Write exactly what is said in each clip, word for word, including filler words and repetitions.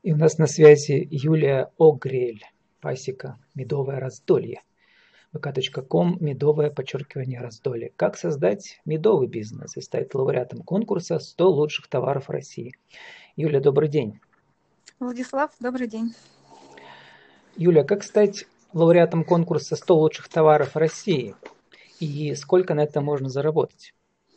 И у нас на связи Юлия Огрель, пасека «Медовое раздолье». вэ ка точка ком, медовое, подчеркивание, раздолье. Как создать медовый бизнес и стать лауреатом конкурса сто лучших товаров России. Юля, добрый день. Владислав, добрый день. Юля, как стать лауреатом конкурса сто лучших товаров России? И сколько на это можно заработать?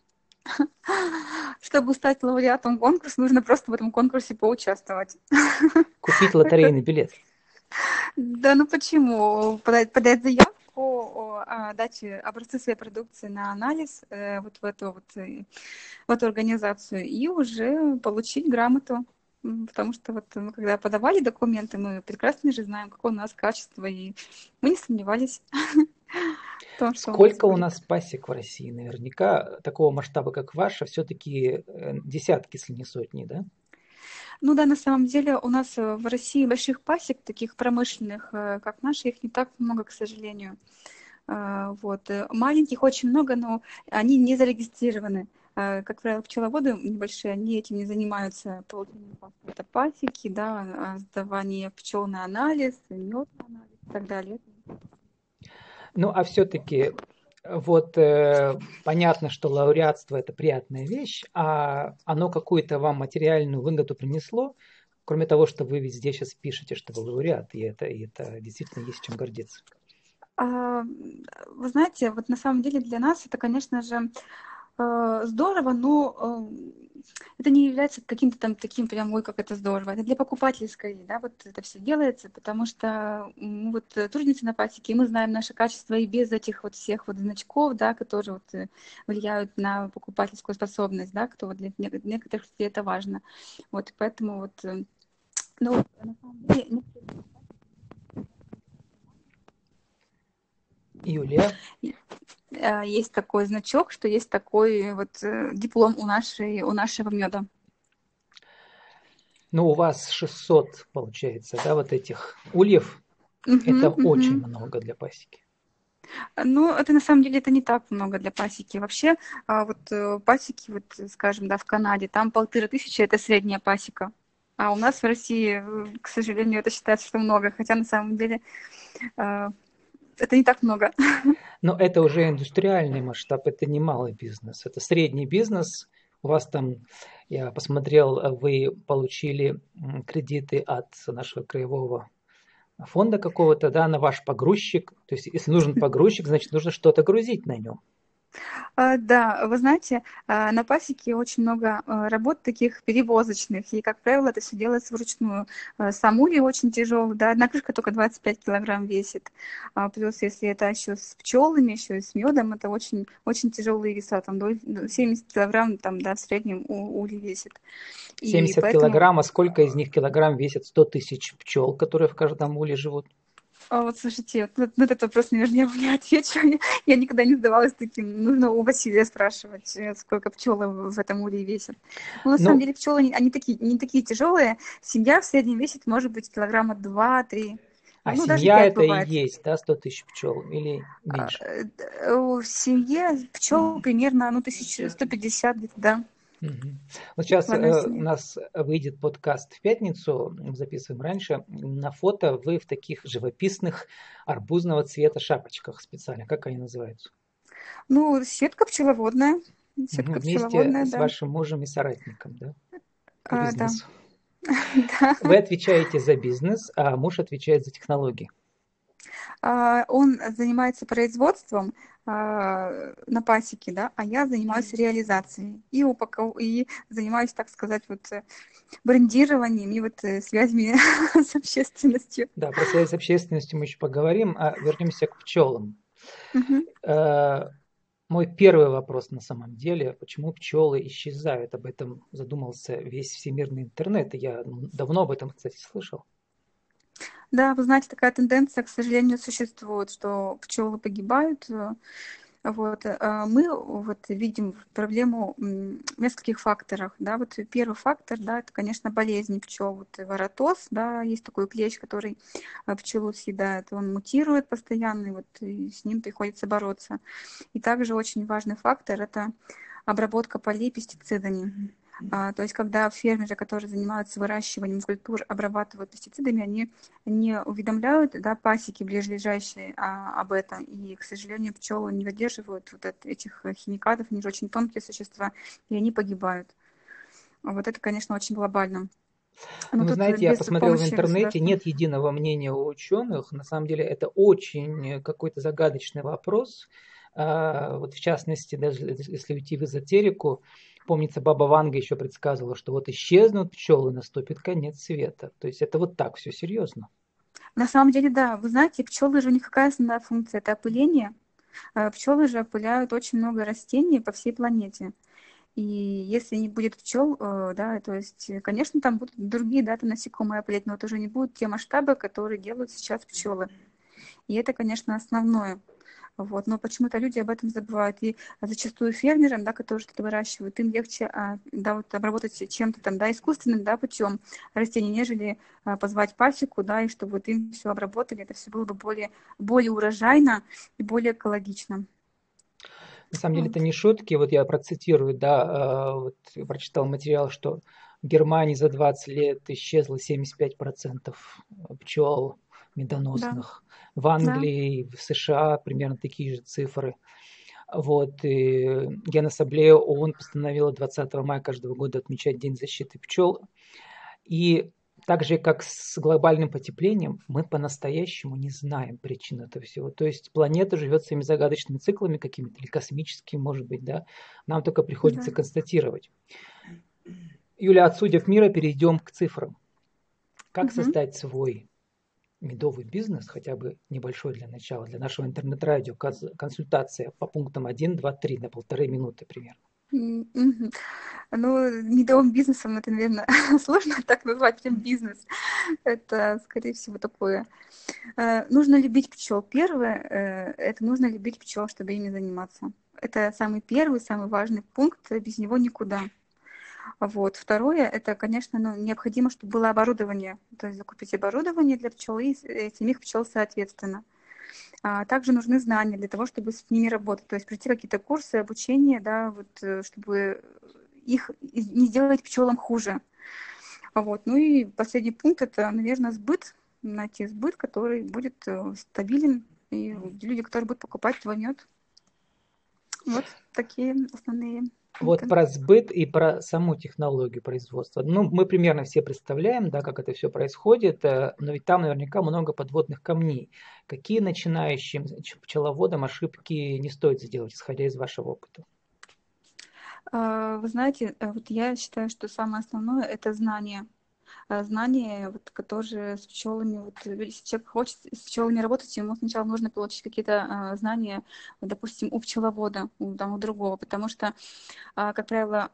Чтобы стать лауреатом конкурса, нужно просто в этом конкурсе поучаствовать. Купить лотерейный билет. Да, ну почему? Подать, подать заявку о, о даче образцы своей продукции на анализ э, вот в эту вот э, в эту организацию и уже получить грамоту. М, Потому что вот мы когда подавали документы, мы прекрасно же знаем, какое у нас качество, и мы не сомневались в том, что у нас Сколько у будет. нас пасек в России? Наверняка такого масштаба, как ваша, все-таки десятки, если не сотни, да? Ну да, на самом деле у нас э, в России больших пасек, таких промышленных, э, как наши, их не так много, к сожалению. А, Вот. э, Маленьких очень много, но они не зарегистрированы. А, Как правило, пчеловоды небольшие, они этим не занимаются. Получением паспорта пасеки, да, а, сдавание пчел на анализ, мед на анализ и так далее. Ну, а все-таки вот э, понятно, что лауреатство – это приятная вещь, а оно какую-то вам материальную выгоду принесло, кроме того, что вы везде сейчас пишете, что вы лауреат, и это, и это действительно есть чем гордиться. А, Вы знаете, вот на самом деле для нас это, конечно же, э, здорово, но э, это не является каким-то там таким прям, ой, как это здорово. Это для покупателей скорее, да, вот это все делается, потому что мы вот э, трудимся на пасеке, и мы знаем наше качество и без этих вот всех вот значков, да, которые вот э, влияют на покупательскую способность, да, кто вот для не- для некоторых людей это важно. Вот, и поэтому вот, э, ну, на самом деле, некоторые Юлия, э, есть такой значок, что есть такой вот э, диплом у нашей, у нашего меда. ну у вас шестьсот получается, да, вот этих ульев, это Мгм, очень мгм. много для пасеки. Ну, это на самом деле это не так много для пасеки. Вообще, а, вот э, пасеки, вот, э, скажем, да, в Канаде, там полторы тысячи это средняя пасека. А у нас в России, э, к сожалению, это считается, что много, хотя на самом деле а, это не так много. Но это уже индустриальный масштаб, это не малый бизнес, это средний бизнес. У вас там, я посмотрел, вы получили м, кредиты от нашего краевого фонда какого-то, да, на ваш погрузчик. То есть, если нужен погрузчик, значит, нужно что-то грузить на нем. А, Да, вы знаете, а, на пасеке очень много а, работ таких перевозочных, и, как правило, это все делается вручную. А, Сам улей очень тяжелый, да, одна крышка только двадцать пять килограмм весит. А Плюс, если это еще с пчелами, еще и с медом, это очень, очень тяжелые веса, там до до семьдесят килограмм, там, да, в среднем у- улей весит. И семьдесят поэтому килограмм, а сколько из них килограмм весит сто тысяч пчел, которые в каждом уле живут? А вот слушайте, вот на на этот вопрос, наверное, я вам не отвечу. Я, я никогда не задавалась таким. Нужно у Василия спрашивать, э, сколько пчелы в в этом уле весят. Ну, на самом Ну, деле, пчелы, они, они такие, не такие тяжелые. Семья в среднем весит, может быть, килограмма два-три. а Ну, даже семья пять это и бывает. есть, да, сто тысяч пчел или А, меньше? э, д- э, В семье пчел примерно, ну, тысяча сто пятьдесят где-то, да, Мгм. Вот сейчас в одной э, у семье. нас выйдет подкаст в пятницу, м, записываем раньше. На фото вы в таких живописных арбузного цвета шапочках специально. Как они называются? Ну, сетка пчеловодная. Мгм. Сетка Вместе пчеловодная, с да. вашим мужем и соратником, да, по А, да, бизнесу. да. Вы отвечаете за бизнес, а муж отвечает за технологии. А, Он занимается производством а, на пасеке, да, а я занимаюсь реализацией и упаков... и занимаюсь, так сказать, вот э, брендированием и вот э, связями с общественностью. Да, про связь с общественностью мы еще поговорим, а вернемся к пчелам. Мгм. Э, Мой первый вопрос на самом деле, почему пчелы исчезают? Об этом задумался весь всемирный интернет, и я ну, давно об этом, кстати, слышал. Да, вы знаете, такая тенденция, к сожалению, существует, что пчелы погибают. э, Вот. а Мы вот видим проблему м, в нескольких факторах. Да. Вот первый фактор, да, это, конечно, болезни пчел. Вот воротоз, да, есть такой клещ, который а, пчелу съедает. Он мутирует постоянно, и вот и с ним приходится бороться. И также очень важный фактор – это обработка полей пестицидами. А, то есть, когда фермеры, которые занимаются выращиванием культур, обрабатывают пестицидами, они не уведомляют, да, пасеки ближайшие а, об этом. И, к сожалению, пчелы не выдерживают вот от этих химикатов, они же очень тонкие существа, и они погибают. Вот это, конечно, очень глобально. Ну, Но вы тут знаете, я без посмотрел в помощи интернете, государства. нет единого мнения у ученых. На самом деле это очень какой-то загадочный вопрос. А, Вот в частности, даже если уйти в эзотерику, помнится, баба Ванга еще предсказывала, что вот исчезнут пчелы, наступит конец света. То есть это вот так все серьезно. На самом деле, да, вы знаете, пчелы же у них какая основная функция? Это опыление. Э, Пчелы же опыляют очень много растений по всей планете. И если не будет пчел, э, да, то есть, э, конечно, там будут другие, да, там насекомые опылять, но это уже не будут те масштабы, которые делают сейчас пчелы. И это, конечно, основное. Вот. Но почему-то люди об этом забывают. И зачастую фермерам, да, которые что-то выращивают, им легче а, да, вот, обработать чем-то там, да, искусственным, да, путем растений, нежели а, позвать пасеку, да, и чтобы вот им все обработали, это все было бы более, более урожайно и более экологично. На самом деле это Вот. не шутки. Вот я процитирую, да, а, вот я прочитал материал, что в Германии за двадцать лет исчезло семьдесят пять процентов пчел Да, медоносных. В да. Англии, в США примерно такие же цифры. Вот, и Генассамблея ООН постановила двадцатого мая каждого года отмечать День защиты пчел. И так же, как с глобальным потеплением, мы по-настоящему не знаем причин этого всего. То есть планета живет своими загадочными циклами какими-то, или космическими, может быть, да. Нам только приходится Да. констатировать. Юля, от судеб мира перейдем к цифрам. Как Мгм. создать свой медовый бизнес, хотя бы небольшой для начала, для нашего интернет-радио, консультация по пунктам один, два, три на полторы минуты примерно. М, мгм. Ну, медовым бизнесом это, наверное, сложно так назвать, прям бизнес. Это, скорее всего, такое. Э, Нужно любить пчел. Первое, э, это нужно любить пчел, чтобы ими заниматься. Это самый первый, самый важный пункт, без него никуда. Вот. Второе, это, конечно, ну, необходимо, чтобы было оборудование. То есть закупить оборудование для пчел и э, самих пчел соответственно. А также нужны знания для того, чтобы с ними работать. То есть пройти какие-то курсы, обучение, да, вот, э, чтобы их не сделать пчелам хуже. Вот. Ну и последний пункт это, наверное, сбыт. Найти сбыт, который будет э, стабилен, и люди, которые будут покупать твой мед. Вот такие основные Вот пункты. про сбыт и про саму технологию производства. Ну, мы примерно все представляем, да, как это все происходит, э, но ведь там наверняка много подводных камней. Какие начинающим пчеловодам ошибки не стоит сделать, исходя из вашего опыта? А, Вы знаете, э, вот я считаю, что самое основное это знание. А, Знания, вот, которые с пчелами, вот, э, если человек хочет с пчелами работать, ему сначала нужно получить какие-то а, знания, допустим, у пчеловода, у, там, у другого, потому что, а, как правило,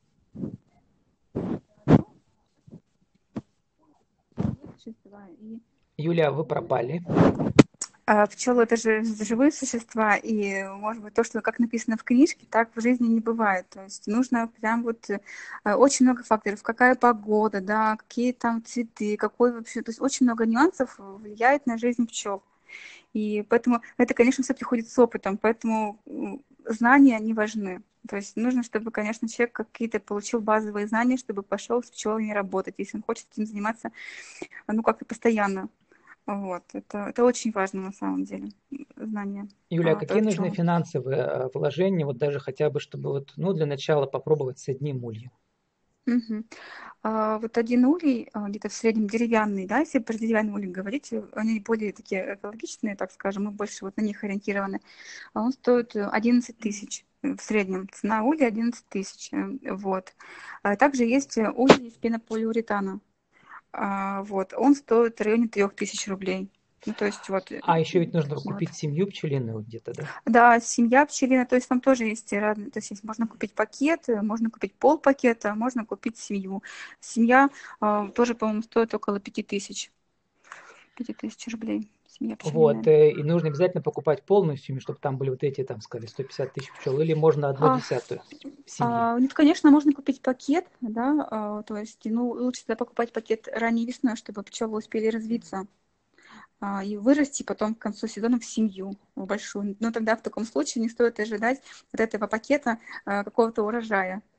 существа, и Юлия, вы пропали. а пчелы это же живые существа, и, может быть, то, что как написано в книжке, так в жизни не бывает. То есть нужно прям вот э, очень много факторов. Какая погода, да, какие там цветы, какой вообще... То есть очень много нюансов влияет на жизнь пчел. И поэтому это, конечно, все приходит с опытом, поэтому м, знания, они важны. То есть нужно, чтобы, конечно, человек какие-то получил базовые знания, чтобы пошел с пчелами работать, если он хочет этим заниматься, ну, как-то постоянно. Вот. Это, это очень важно на самом деле, знание Юлия, а а, про какие нужны пчел. финансовые э, вложения, вот даже хотя бы, чтобы вот, ну, для начала попробовать с одним ульем? Мгм. А, вот один улей, а, где-то в среднем деревянный, да, если про деревянный улей говорить, э, они более такие экологичные, так скажем, мы больше вот на них ориентированы. А он стоит э, одиннадцать тысяч э, в среднем. Цена улья одиннадцать тысяч. э, Вот. А также есть э, улей из пенополиуретана. А, Вот. Он стоит в районе трех тысяч рублей. Ну, то есть вот, э, А еще ведь нужно вот. купить семью пчелиную где-то, да? Да, семья пчелиная, то есть там тоже есть разные, то есть есть- можно купить пакет, э, можно купить полпакета, можно купить семью. Семья а, тоже, по-моему, стоит около пяти тысяч, пяти тысяч рублей, семья Вот, пчелиная. э, и нужно обязательно покупать полную семью, чтобы там были вот эти, там, сказали, сто пятьдесят тысяч пчел, или можно одну А, десятую семьи. а, нет, конечно, можно купить пакет, да, а, то есть, ну, лучше тогда покупать пакет ранней весной, чтобы пчелы успели развиться а, и вырасти потом к концу сезона в семью, в большую. Но тогда в таком случае не стоит ожидать вот этого пакета а, какого-то урожая.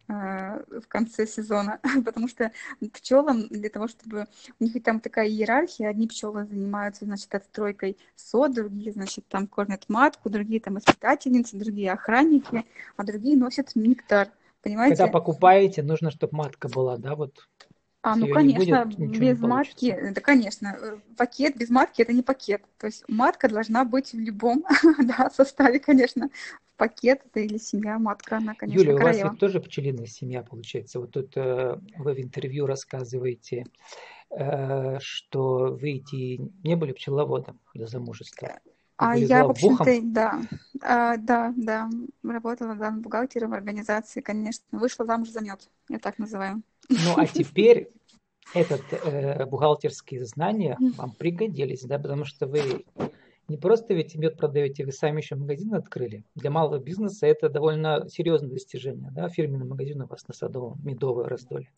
в конце сезона, потому что пчелам для того, чтобы у них ведь там такая иерархия, одни пчелы занимаются, значит, отстройкой сот, другие, значит, там кормят матку, другие там испытательницы, другие охранники, а другие носят нектар, Когда понимаете? покупаете, нужно, чтобы матка была, да, вот. А, Если ну, ее не конечно, будет, ничего не без матки, получится. это, конечно, э, пакет без матки это не пакет. То есть матка должна быть в любом да, составе, конечно. Пакет это или семья, матка, она, конечно, Юлия, у вас королева. ведь тоже пчелиная семья получается. Вот тут э, вы в интервью рассказываете, э, что вы идти не были пчеловодом до замужества. Вы А были я, в главбухом. общем-то, да, а, да, да, работала главным бухгалтером в организации, конечно. Вышла замуж за мед, я так называю. Ну а теперь этот э, бухгалтерские знания вам пригодились, да, потому что вы не просто ведь мед продаете, вы сами еще магазин открыли. Для малого бизнеса это довольно серьезное достижение, да, фирменный магазин у вас на Садовом, медовое раздолье.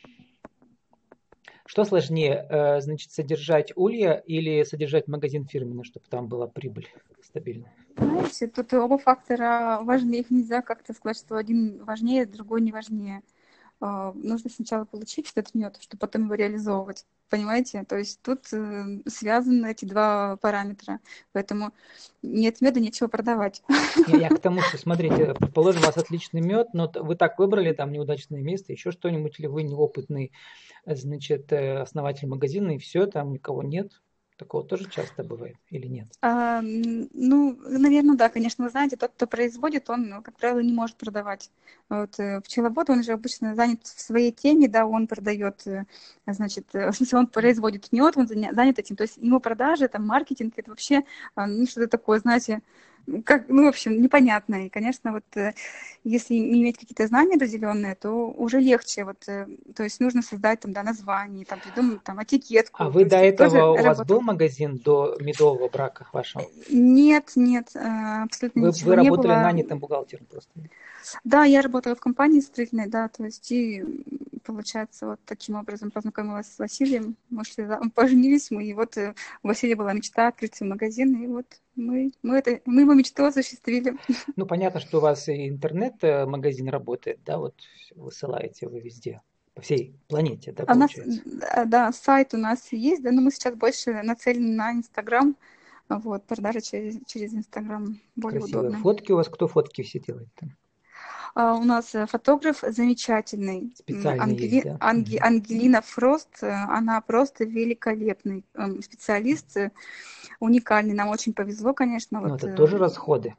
Что сложнее, э, значит, содержать улья или содержать магазин фирменный, чтобы там была прибыль стабильная? Знаете, тут оба фактора важны, их нельзя как-то сказать, что один важнее, другой не важнее. А, нужно сначала получить этот мед, чтобы потом его реализовывать. Понимаете? То есть тут э, связаны эти два параметра. Поэтому нет меда, нечего продавать. Я, я к тому, что, смотрите, предположим, у вас отличный мед, но вы так выбрали там неудачное место, еще что-нибудь, или вы неопытный, значит, э, основатель магазина, и все, там никого нет. Такого тоже часто бывает или нет? А, м, ну, наверное, да, конечно, вы знаете, тот, кто производит, он, ну, как правило, не может продавать. Вот э, пчеловод, он же обычно занят в своей теме, да, он продает, э, значит, э, в смысле, он производит мед, он заня- занят этим, то есть ему продажи, там, маркетинг, это вообще, а, ну, что-то такое, знаете, как, ну, в общем, непонятное. И, конечно, вот э, если иметь какие-то знания определенные, то уже легче, вот, э, то есть нужно создать там, да, название, там, придумать там А этикетку, то вы до есть это тоже этого, у вас работа. был магазин до медового брака вашего? Нет, нет, э, абсолютно Вы, ничего вы не работали было. нанятым бухгалтером просто? Да, я работала в компании строительной, да, то есть и, получается, вот таким образом познакомилась с Василием. Мы шли, за- поженились мы, и вот э, у Василия была мечта открыть свой магазин, и вот мы, мы, это, мы его мечту осуществили. Ну, понятно, что у вас и интернет-магазин работает, да, вот высылаете вы везде, по всей планете, да, А у нас, получается. да, да, сайт у нас есть, да, но мы сейчас больше нацелены на Инстаграм, вот, продажи через, через Инстаграм более Красивые удобно. фотки у вас, кто фотки все делает там? А, У нас э, фотограф замечательный, м, Специально есть, Ангели- да? Анге- Мгм. Ангелина Фрост. э, Она просто великолепный эм, специалист, э, уникальный. Нам очень повезло, конечно. Ну, Вот это э, тоже расходы.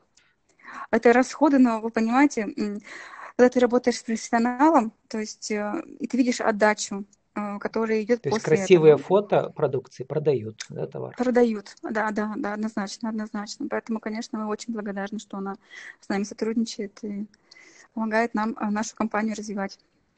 это расходы, но вы понимаете, м, когда ты работаешь с профессионалом, то есть э, и ты видишь отдачу, э, которая идет То есть после красивые этого. фото продукции продают, да, товар. Продают, да, да, да, однозначно, однозначно. Поэтому, конечно, мы очень благодарны, что она с нами сотрудничает и помогает нам э, нашу компанию развивать.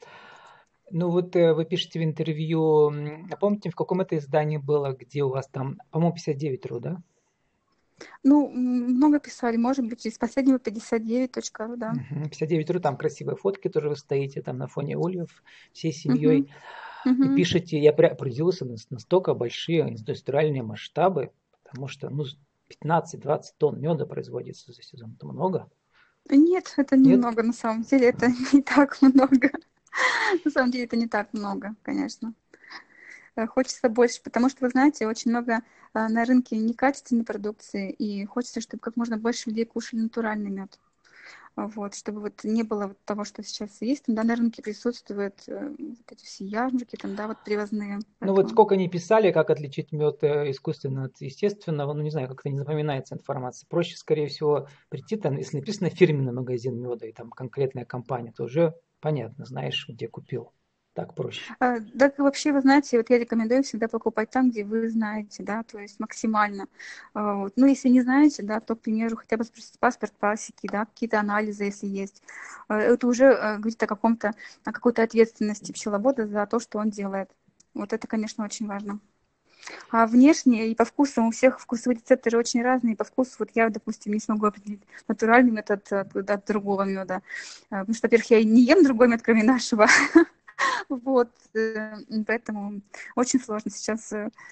Ну вот э, вы пишете в интервью, м, а помните, в каком это издании было, где у вас там, по-моему, пятьдесят девять ру, да? Ну, м, много писали, может быть, из последнего пятьдесят девять точка ру, да. Мгм. пятьдесят девять ру, там красивые фотки тоже вы стоите, там на фоне ульев всей Мгм, семьей. И мгм. пишете, я пря- поразился, нас- настолько большие индустриальные масштабы, потому что, ну, пятнадцать-двадцать тонн меда производится за сезон. Это много? Нет, это Нет? немного, на самом деле, это не так много. На самом деле, это не так много, конечно. Э, Хочется больше, потому что, вы знаете, очень много э, на рынке некачественной продукции, и хочется, чтобы как можно больше людей кушали натуральный мед. Вот, чтобы вот не было вот того, что сейчас есть, там, да, на рынке присутствуют э, вот эти все ярмарки, там, да, вот привозные. Ну вот Поэтому сколько не писали, как отличить мед э, искусственно от естественного, ну не знаю, как-то не запоминается информация. Проще, скорее всего, прийти там, если написано фирменный магазин меда и там конкретная компания, то уже понятно, знаешь, где купил. Так проще. А, Так вообще, вы знаете, вот я рекомендую всегда покупать там, где вы знаете, да, то есть максимально. А, вот. Ну, если не знаете, да, то, к примеру, хотя бы спросить паспорт пасеки, да, какие-то анализы, если есть. А, Это уже э, говорит о каком-то, о какой-то ответственности пчеловода за то, что он делает. Вот это, конечно, очень важно. А внешне и по вкусу у всех вкусовые рецепторы очень разные. По вкусу вот я, допустим, не смогу определить натуральный мед от, от, от другого меда. А, Потому что, во-первых, я не ем другой мед, кроме нашего. Вот, э, поэтому очень сложно сейчас. э,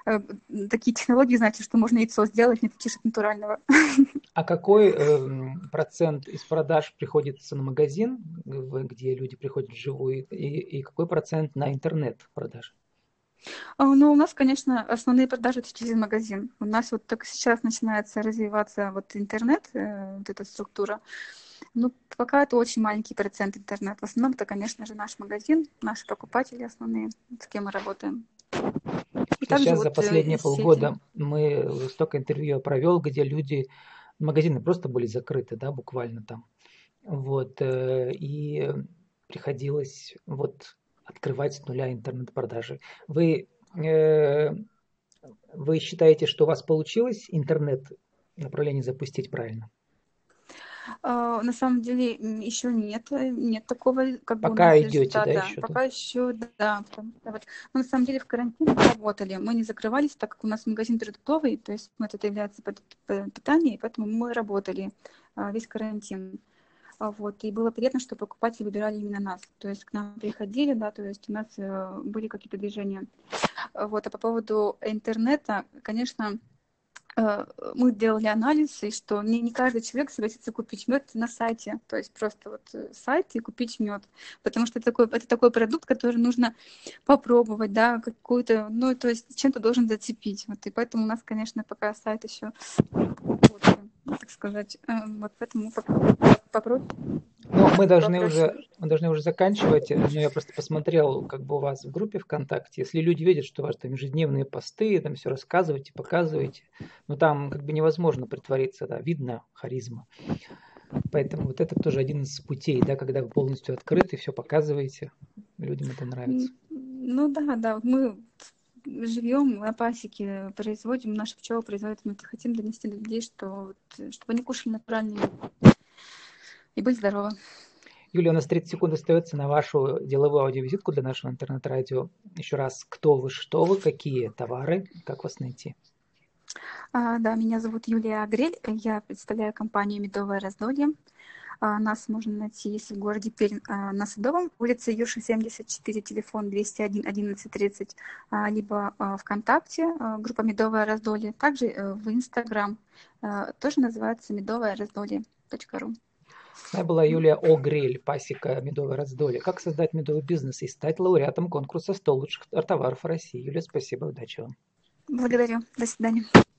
э, такие технологии, знаете, что можно яйцо сделать, не отличишь от натурального. А какой э, процент из продаж приходится на магазин, в- где люди приходят вживую, и, и какой процент на интернет-продажи? А, Ну, у нас, конечно, основные продажи это через магазин. У нас вот только сейчас начинается развиваться вот интернет, э, вот эта структура. Ну, пока это очень маленький процент интернет. В основном это, конечно же, наш магазин, наши покупатели основные, с кем мы работаем. И Что также сейчас за вот э, последние сети. полгода мы столько интервью я провел, где люди, магазины просто были закрыты, да, буквально там. Вот, э, и приходилось вот открывать с нуля интернет-продажи. Вы, э, вы считаете, что у вас получилось интернет-направление запустить правильно? А, На самом деле еще нет, э, нет такого, как бы у Пока нас идете, да, результата. еще, да? Пока еще, да, потому что вот, но на самом деле в карантине мы работали, мы не закрывались, так как у нас магазин продуктовый, то есть ну, это является под- п- питание, и поэтому мы работали а, весь карантин. А, Вот, и было приятно, что покупатели выбирали именно нас, то есть к нам приходили, да, то есть у нас э, были какие-то движения. А Вот, а по поводу интернета, конечно, э, мы делали анализ, и что не, не каждый человек согласится купить мед на сайте, то есть просто вот э, сайт и купить мед, потому что это такой, это такой продукт, который нужно попробовать, да, какую-то, ну, то есть чем-то должен зацепить, вот, и поэтому у нас, конечно, пока сайт еще, вот, так сказать, э, вот поэтому попроще. Ну, мы должны Попроще. уже, мы должны уже заканчивать, э, но я просто посмотрел, как бы у вас в группе ВКонтакте, если люди видят, что у вас там ежедневные посты, там все рассказываете, показываете, ну там как бы невозможно притвориться, да, видно харизма. Поэтому вот это тоже один из путей, да, когда вы полностью открыты, все показываете, людям это нравится. Ну да, да, вот мы живем на пасеке, производим, наши пчелы производят, мы хотим донести до людей, что вот, чтобы они кушали натуральные и были здоровы. Юлия, у нас тридцать секунд остается на вашу деловую аудиовизитку для нашего интернет-радио. Еще раз, кто вы, что вы, какие товары, как вас найти? А, да, меня зовут Юлия Агрель, я представляю компанию «Медовое раздолье». А, нас можно найти, если в городе Пермь, а, на Садовом, улица Юша, семьдесят четыре, телефон двести один одиннадцать тридцать, а, либо а, ВКонтакте, а, группа «Медовое раздолье», также э, в Инстаграм, а, тоже называется «Медовое раздолье точка ру». С нами была Юлия Огрель, пасека медовое раздолье. Как создать медовый бизнес и стать лауреатом конкурса сто лучших товаров России. Юлия, спасибо, удачи вам. Благодарю, до свидания.